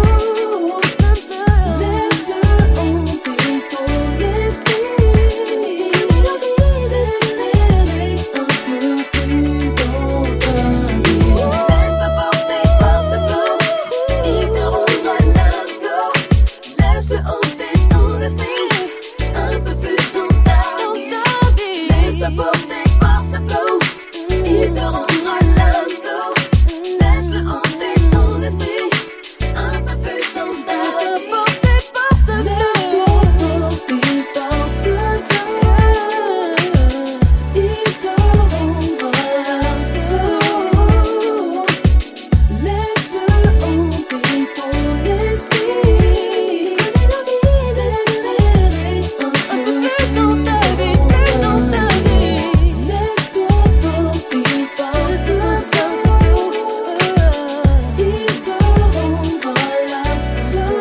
Laisse-le hanter ton esprit. La vie d'espérer un peu plus dans ta vie. Laisse-toi porter par ce flot. Il te rendra l'âme flow. Laisse-le hanter ton esprit un peu plus dans ta vie. Laisse-toi porter par ce flow. Il te rendra l'âme flow. Laisse-le hanter ton esprit un peu plus dans ta vie. Laisse-toi porter par ce flow. Laisse-toi porter par ce flow. Il te rendra l'âme slow. Laisse-le hanter ton esprit. La vie d'espérer un peu plus dans ta vie, plus dans ta vie. Laisse-toi porter par ce flot. Il te rendra l'âme slow.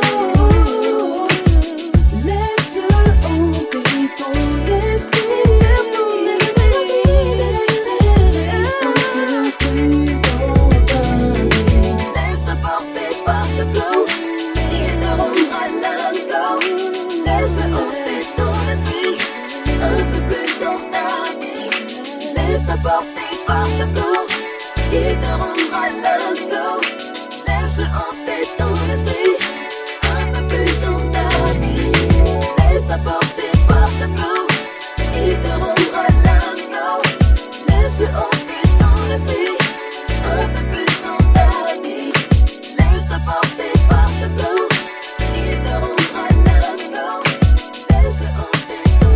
Laisse-le hanter ton esprit. La vie d'espérer un peu plus dans ta vie. Laisse-toi porter par ce flot. Il te rendra l'âme flow. Laisse-le hanter ton esprit un peu plus dans ta vie. Laisse-toi porter par ce flot. Il te rendra l'âme flow. Laisse-le hanter ton esprit un peu plus dans ta vie. Laisse-toi porter par ce flot. Il te rendra l'âme flow. Laisse-le hanter ton esprit un peu plus dans ta vie. Laisse-toi porter par ce flot. Il te rendra l'âme flow. Laisse-le hanter ton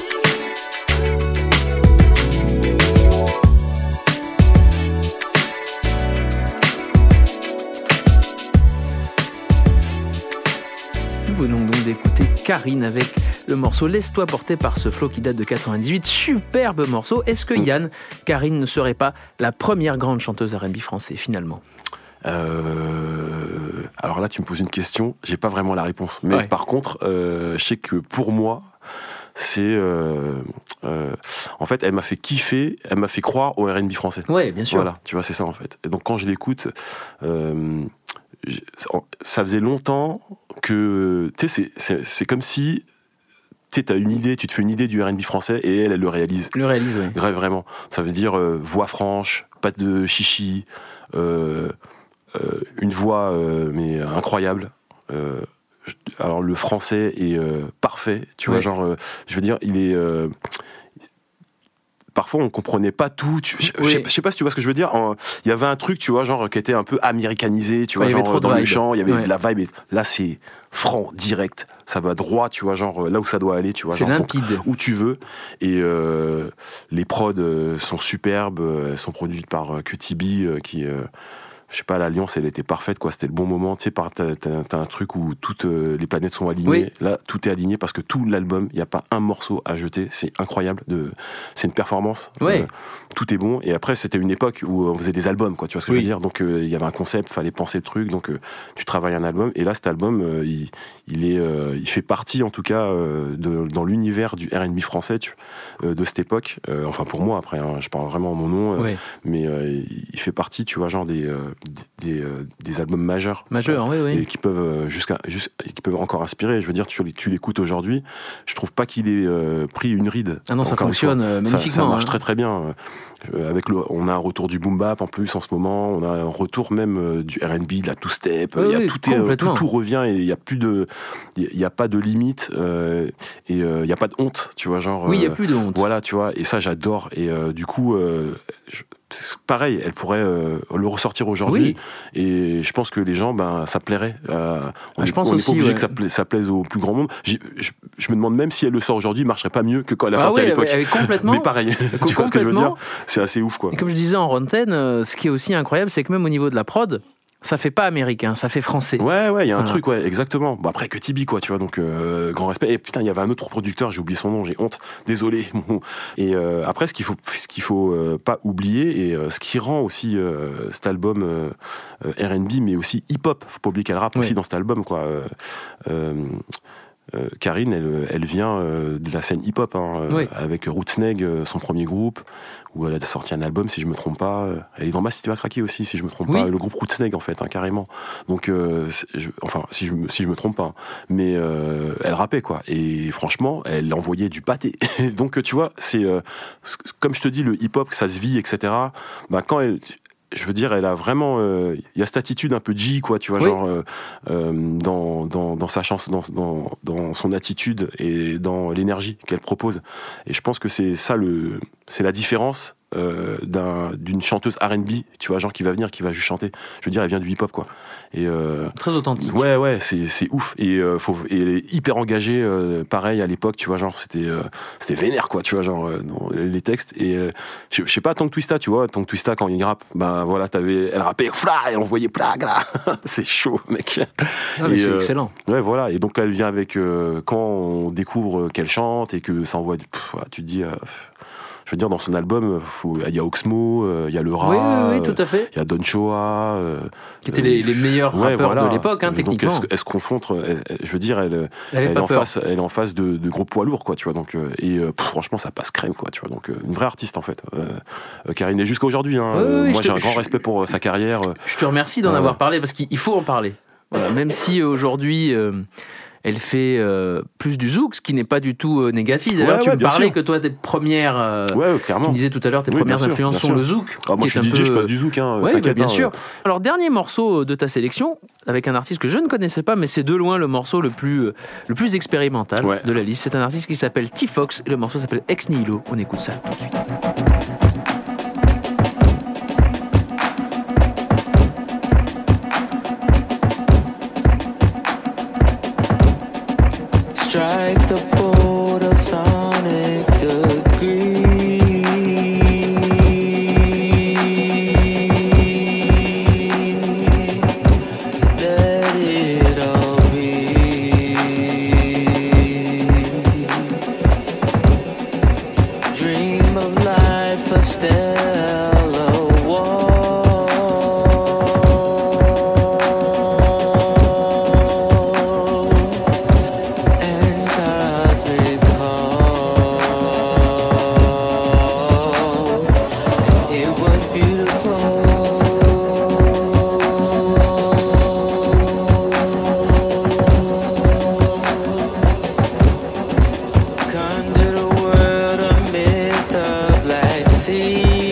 Nous venons donc d'écouter Karine avec le morceau Laisse-toi porter par ce flot qui date de 98. Superbe morceau. Est-ce que Yann, Karine ne serait pas la première grande chanteuse R&B français finalement? Alors là, tu me poses une question, j'ai pas vraiment la réponse. Mais Ouais. par contre, je sais que pour moi, c'est... en fait, elle m'a fait kiffer, elle m'a fait croire au R&B français. Ouais, bien sûr. Voilà, tu vois, c'est ça en fait. Et donc quand je l'écoute, ça faisait longtemps que... Tu sais, c'est comme si... Tu sais, t'as une idée, tu te fais une idée du R&B français et elle le réalise. Le réalise, oui. Grave, vraiment. Ça veut dire voix franche, pas de chichi, une voix mais incroyable. Alors le français est parfait, tu vois, Ouais. genre, je veux dire, il est... parfois on comprenait pas tout. Je sais pas si tu vois ce que je veux dire. Il y avait un truc, tu vois, genre qui était un peu américanisé, tu vois, Ouais, il y avait genre trop de dans le vibe. chant, il y avait Ouais. de la vibe. Et là, c'est franc, direct. Ça va droit, tu vois, genre là où ça doit aller, tu vois, C'est genre limpide. où tu veux. Et les prods sont superbes. Elles sont produites par QTB qui je sais pas, l'alliance elle était parfaite, quoi. C'était le bon moment, tu sais, t'as un truc où toutes les planètes sont alignées. Oui. Là tout est aligné parce que tout l'album, il y a pas un morceau à jeter. C'est incroyable, c'est une performance. Ouais. Tout est bon. Et après c'était une époque où on faisait des albums, quoi, tu vois ce que Oui. je veux dire. Donc il y avait un concept, fallait penser le truc, donc tu travailles un album. Et là cet album il fait partie en tout cas dans l'univers du R&B français de cette époque. Enfin pour moi après, hein, je parle vraiment en mon nom. Ouais. Mais il fait partie, tu vois, genre des albums majeurs. Majeur, oui, oui. Et qui peuvent qui peuvent encore inspirer. Je veux dire, tu l'écoutes aujourd'hui, je trouve pas qu'il ait pris une ride. Ah non, ça fonctionne magnifiquement. Ça marche très très bien. On a un retour du boom bap en plus en ce moment, on a un retour même du R&B, de la two-step, tout revient et il y a plus de, il y a pas de limite et il y a pas de honte, tu vois, genre. Oui, il y a plus de honte. Voilà, tu vois, et ça j'adore et du coup. C'est pareil, elle pourrait le ressortir aujourd'hui et je pense que les gens, ça plairait. On n'est pas obligé que ça plaise au plus grand monde. Je me demande même si elle le sort aujourd'hui, il marcherait pas mieux que quand elle a sorti à l'époque. Complètement. Mais pareil, tu vois ce que je veux dire ? C'est assez ouf, quoi. Et comme je disais en Rantaine, ce qui est aussi incroyable, c'est que même au niveau de la prod, ça fait pas américain, ça fait français. Ouais, il y a un truc, exactement. Bon, après que Tibi, quoi, tu vois, donc grand respect. Et putain, il y avait un autre producteur, j'ai oublié son nom, j'ai honte, désolé. Et après, ce qu'il faut pas oublier, et ce qui rend aussi cet album R&B, mais aussi hip-hop, faut pas oublier qu'elle rappe aussi dans cet album, quoi. Karine, elle vient de la scène hip-hop, avec Rootsneg, son premier groupe, où elle a sorti un album, si je me trompe pas. Elle est dans Ma Cité va craquer aussi, si je me trompe pas. Le groupe Rootsneg, en fait, carrément. Donc, si je me trompe pas. Mais elle rappait, quoi. Et franchement, elle envoyait du pâté. Donc, tu vois, c'est comme je te dis, le hip-hop, ça se vit, etc. Quand elle... Je veux dire, elle a vraiment, il y a cette attitude un peu G, quoi, tu vois, genre dans sa chanson, dans son attitude et dans l'énergie qu'elle propose. Et je pense que c'est ça c'est la différence d'une chanteuse R&B, tu vois, genre qui va venir, qui va juste chanter. Je veux dire, elle vient du hip-hop, quoi. Et très authentique. Ouais, c'est ouf. Et elle est hyper engagée, pareil à l'époque, tu vois, genre c'était vénère, quoi, tu vois, genre dans les textes. Et je sais pas, Tongue Twista, tu vois, Tongue Twista quand il rappe, voilà, elle rappait, elle envoyait plaque là. C'est chaud, mec. Mais c'est excellent. Ouais, voilà. Et donc elle vient avec quand on découvre qu'elle chante et que ça envoie, tu te dis. Je veux dire, dans son album, il y a Oxmo, il y a Le Rat, tout à fait. Il y a Don Choa, qui étaient les meilleurs rappeurs de l'époque, techniquement. Donc elle se confronte, je veux dire, elle est en face de gros poids lourds, quoi, tu vois. Donc franchement, ça passe crème, quoi, tu vois. Donc une vraie artiste, en fait. Karine, et jusqu'à aujourd'hui, moi j'ai un grand respect pour sa carrière. Je te remercie d'en avoir parlé parce qu'il faut en parler. Voilà, même si aujourd'hui. Elle fait plus du zouk, ce qui n'est pas du tout négatif. D'ailleurs, tu me parlais que toi, tes premières... tu me disais tout à l'heure, tes premières influences sont le zouk. Moi, je suis DJ, je passe du zouk. Bien sûr. Alors, dernier morceau de ta sélection, avec un artiste que je ne connaissais pas, mais c'est de loin le morceau le plus expérimental de la liste. C'est un artiste qui s'appelle T-Fox, et le morceau s'appelle Ex Nihilo. On écoute ça tout de suite. Strike the board of sonic degree. Let it all be. Dream of life, a stellar wall. See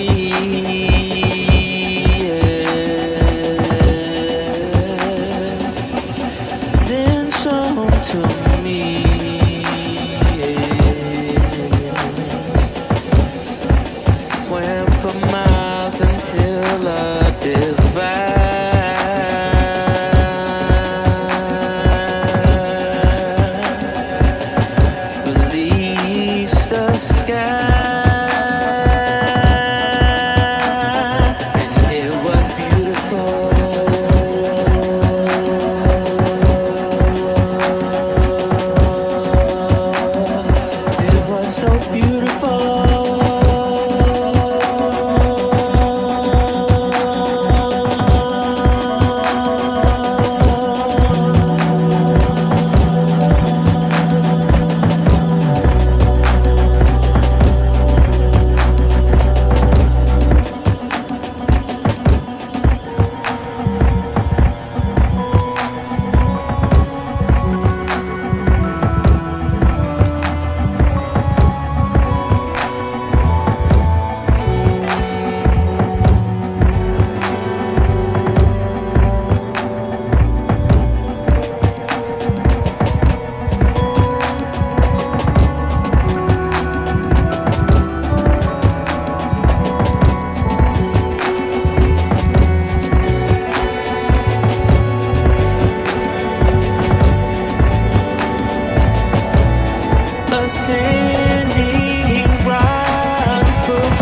ascending rocks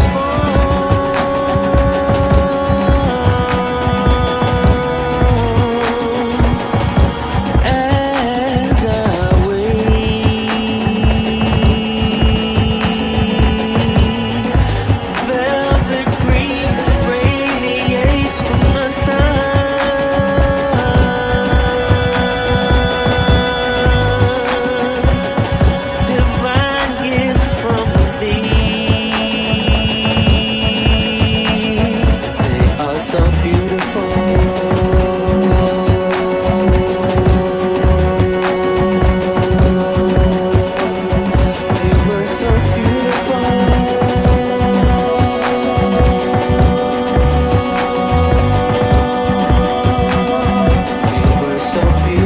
perform as I wait. Velvet green radiates from the sun. Divine gifts from thee. They are so beautiful. They were so beautiful. They were so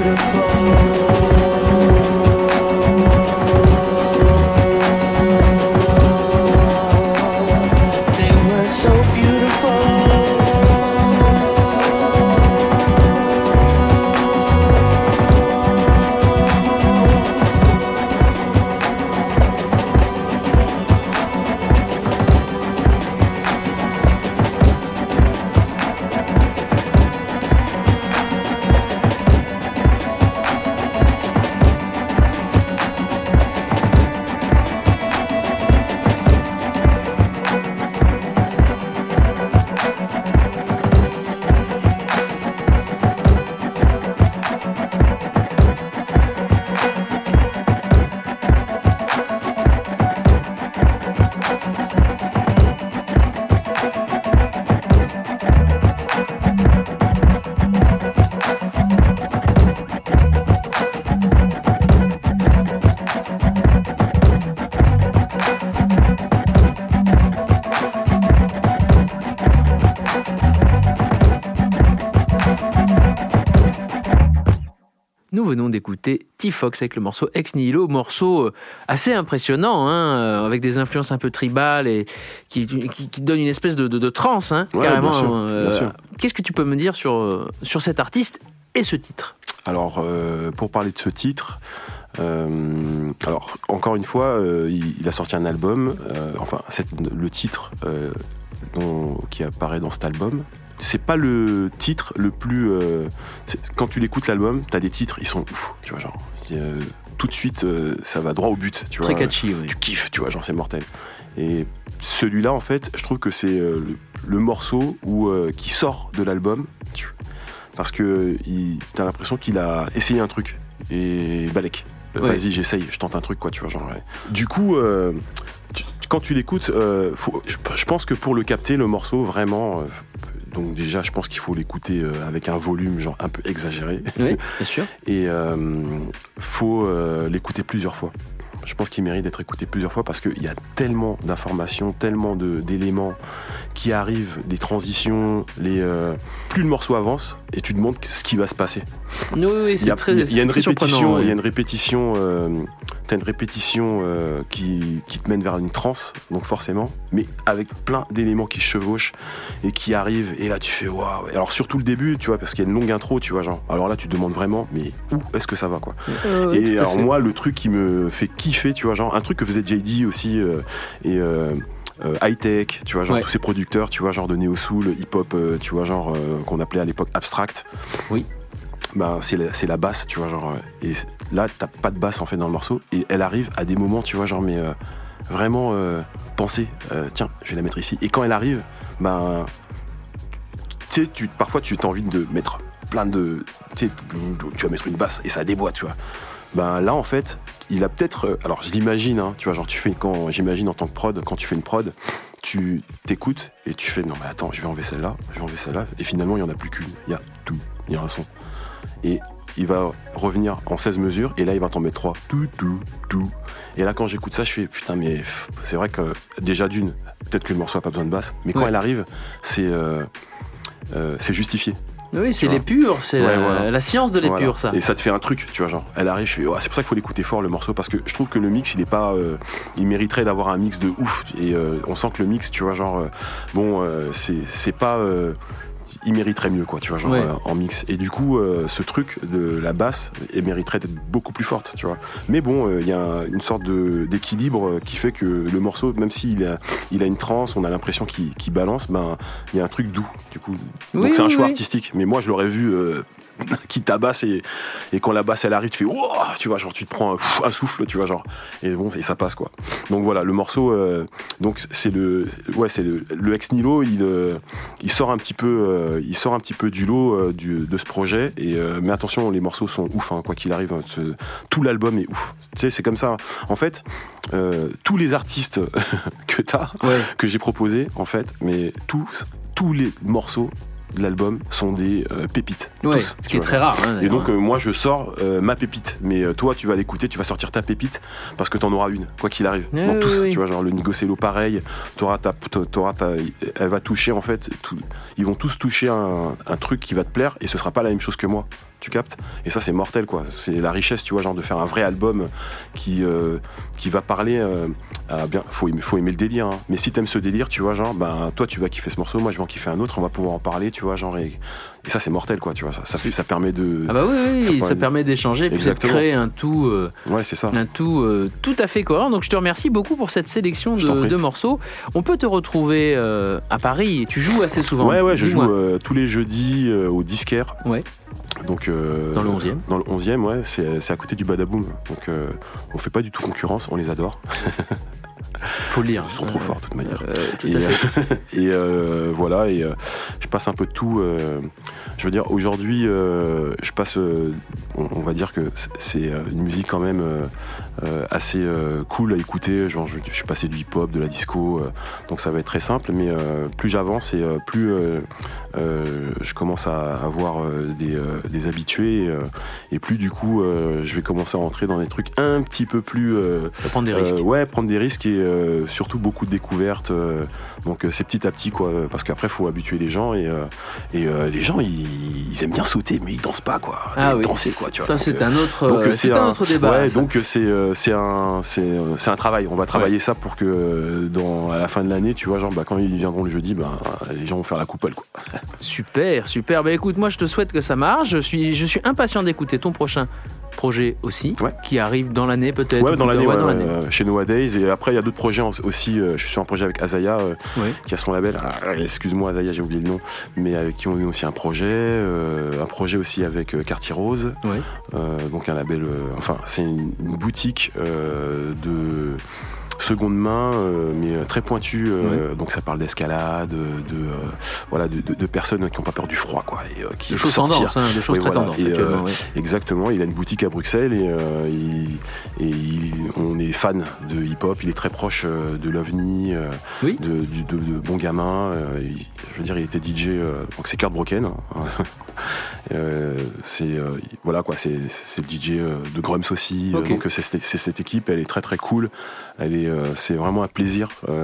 beautiful. They were so Nous venons d'écouter T-Fox avec le morceau Ex Nihilo, morceau assez impressionnant, hein, avec des influences un peu tribales et qui donne une espèce de transe, hein, Ouais, carrément. bien sûr. Qu'est-ce que tu peux me dire sur cet artiste et ce titre ? Alors, pour parler de ce titre, alors encore une fois, il a sorti un album, le titre qui apparaît dans cet album, c'est pas le titre le plus... quand tu l'écoutes l'album, t'as des titres, ils sont ouf, tu vois, genre... tout de suite, ça va droit au but, tu vois. Très catchy, oui. Tu kiffes, tu vois, genre c'est mortel. Et celui-là, en fait, je trouve que c'est le morceau qui sort de l'album, parce que t'as l'impression qu'il a essayé un truc, et balèque. Ouais. Vas-y, j'essaye, je tente un truc, quoi, tu vois, genre... Ouais. Du coup... quand tu l'écoutes, je pense que pour le capter, le morceau, vraiment... donc déjà, je pense qu'il faut l'écouter avec un volume genre un peu exagéré. Oui, bien sûr. Et faut l'écouter plusieurs fois. Je pense qu'il mérite d'être écouté plusieurs fois parce qu'il y a tellement d'informations, tellement d'éléments qui arrivent, des transitions, plus le morceau avance et tu te demandes ce qui va se passer. Oui, c'est très il y a une très répétition, surprenant, il y a oui. une répétition, t'as une répétition qui te mène vers une transe, donc forcément, mais avec plein d'éléments qui se chevauchent et qui arrivent et là tu fais waouh. Alors surtout le début, tu vois, parce qu'il y a une longue intro, tu vois, genre. Alors là tu te demandes vraiment, mais où est-ce que ça va, quoi. Oui, Et tout à alors fait. moi, le truc qui me fait kiffer, tu vois, genre un truc que faisait JD aussi High Tech, tu vois, genre Ouais. tous ces producteurs, tu vois, genre de néo soul, hip hop, tu vois, genre qu'on appelait à l'époque abstract. Oui. Ben c'est la basse, tu vois, genre et là t'as pas de basse en fait dans le morceau et elle arrive à des moments, tu vois, genre mais vraiment penser, tiens, je vais la mettre ici. Et quand elle arrive, ben tu sais, parfois tu as envie de mettre plein de, tu sais, tu vas mettre une basse et ça déboîte, tu vois. Ben là en fait il a peut-être alors je l'imagine, hein, tu vois, genre j'imagine en tant que prod, quand tu fais une prod, tu t'écoutes et tu fais non mais attends, je vais enlever celle-là et finalement il y en a plus qu'une, il y a un son et il va revenir en 16 mesures et là il va t'en mettre 3 tout et là quand j'écoute ça je fais putain mais c'est vrai que déjà d'une peut-être que le morceau a pas besoin de basse mais quand Ouais. elle arrive c'est justifié. Oui, c'est vois. l'épure, c'est Ouais, voilà. la science de l'épure, Voilà. ça. Et ça te fait un truc, tu vois, genre, elle arrive, je fais, ouais, c'est pour ça qu'il faut l'écouter fort le morceau, parce que je trouve que le mix, il est pas, il mériterait d'avoir un mix de ouf, et on sent que le mix, tu vois, genre, c'est pas, il mériterait mieux, quoi, tu vois, genre en mix. Et du coup, ce truc de la basse, elle mériterait d'être beaucoup plus forte, tu vois. Mais bon, il y a une sorte d'équilibre qui fait que le morceau, même s'il a une trance, on a l'impression qu'il balance, ben il y a un truc doux, du coup. Donc c'est un choix artistique. Mais moi, je l'aurais vu qui tabasse et quand la basse elle arrive, tu fais wow, tu vois, genre tu te prends un souffle, tu vois, genre et bon, et ça passe, quoi. Donc voilà, le morceau, donc c'est le ex Nihilo, il sort un petit peu du lot de ce projet, et mais attention, les morceaux sont ouf, hein, quoi qu'il arrive, tout l'album est ouf. Tu sais, c'est comme ça. En fait, tous les artistes que j'ai proposés, en fait, mais tous les morceaux de l'album sont des pépites. Tous, ce qui est très rare. Hein, et donc moi je sors ma pépite, mais toi tu vas l'écouter, tu vas sortir ta pépite parce que t'en auras une, quoi qu'il arrive. Donc tous, tu vois, genre le Nigocello pareil, elle va toucher, en fait, ils vont tous toucher un truc qui va te plaire, et ce sera pas la même chose que moi. Tu captes? Et ça, c'est mortel, quoi. C'est la richesse, tu vois, genre de faire un vrai album qui va parler à bien. Faut aimer le délire, hein. Mais si t'aimes ce délire, tu vois, genre, ben toi tu vas kiffer ce morceau, moi je vais en kiffer un autre, on va pouvoir en parler, tu vois, genre, et ça c'est mortel, quoi, tu vois. Ça permet de. Ah bah ça permet d'échanger, puis de créer un tout. C'est ça. Un tout tout à fait cohérent. Donc je te remercie beaucoup pour cette sélection de morceaux. On peut te retrouver à Paris. Tu joues assez souvent. Ouais, je joue tous les jeudis au Disquaire. Ouais. Donc dans le 11e. Dans le 11e, ouais, c'est à côté du Badaboom. Donc on fait pas du tout concurrence, on les adore. Faut le dire. Ils sont trop forts de toute manière. Tout à fait. Et voilà, et je passe un peu de tout. Je veux dire, aujourd'hui, je passe. On va dire que c'est une musique quand même assez cool à écouter. Genre, je suis passé du hip-hop, de la disco, donc ça va être très simple. Mais plus j'avance et plus je commence à avoir des habitués, et plus du coup, je vais commencer à rentrer dans des trucs un petit peu plus. Prendre des risques. Prendre des risques, et surtout beaucoup de découvertes. Donc c'est petit à petit, quoi, parce qu'après faut habituer les gens, et les gens ils aiment bien sauter, mais ils dansent pas, quoi. Danser, quoi, tu vois. Ça c'est un autre débat. Ouais, donc c'est un travail. On va travailler ça pour que à la fin de l'année, tu vois, genre quand ils viendront le jeudi, les gens vont faire la coupole, quoi. Super. Bah écoute, moi je te souhaite que ça marche. Je suis impatient d'écouter ton prochain projet aussi, qui arrive dans l'année peut-être. Ouais, dans l'année, chez Nowadays. Et après, il y a d'autres projets aussi. Je suis sur un projet avec Azaya, qui a son label. Excuse-moi, Azaya, j'ai oublié le nom. Mais avec qui on a aussi un projet aussi avec Quartier Rose. Donc un label. C'est une boutique de seconde main, mais très pointue. Donc ça parle d'escalade, de personnes qui n'ont pas peur du froid, quoi, et qui de choses tendances, de choses très tendances. Exactement. Il a une boutique à Bruxelles, et on est fan de hip-hop. Il est très proche de l'OVNI, de Bon Gamin. Je veux dire, il était DJ. Donc c'est Kurt Broken. C'est le DJ de Grums aussi. Donc c'est cette équipe. Elle est très très cool. C'est vraiment un plaisir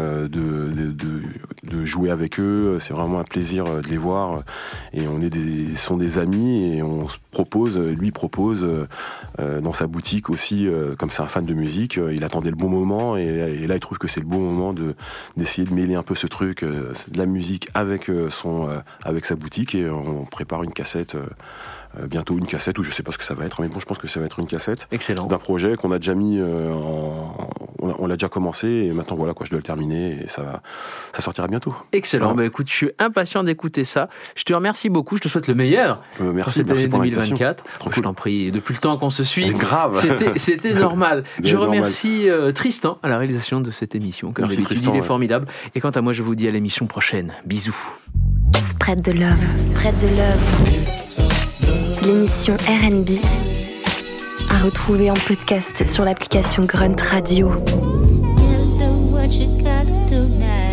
de jouer avec eux. C'est vraiment un plaisir de les voir. Et sont des amis, et lui propose dans sa boutique aussi, comme c'est un fan de musique, il attendait le bon moment, et là il trouve que c'est le bon moment d'essayer de mêler un peu ce truc, de la musique avec sa boutique, et on prépare une cassette. Bientôt une cassette, ou je sais pas ce que ça va être, mais bon, je pense que ça va être une cassette. Excellent. D'un projet qu'on a déjà mis on l'a déjà commencé, et maintenant voilà, quoi, je dois le terminer, et ça sortira bientôt. Excellent. Bah écoute, je suis impatient d'écouter ça. Je te remercie beaucoup, je te souhaite le meilleur. Merci pour cette année pour 2024. Trop Je cool. t'en prie, depuis le temps qu'on se suit. Grave. C'était normal. Je normal. remercie Tristan à la réalisation de cette émission. Comme Merci, d'habitude, Tristan, il est formidable. Et quant à moi, je vous dis à l'émission prochaine. Bisous. Spread the love. Spread the love. L'émission R&B à retrouver en podcast sur l'application Grunt Radio. Do what you gotta do now.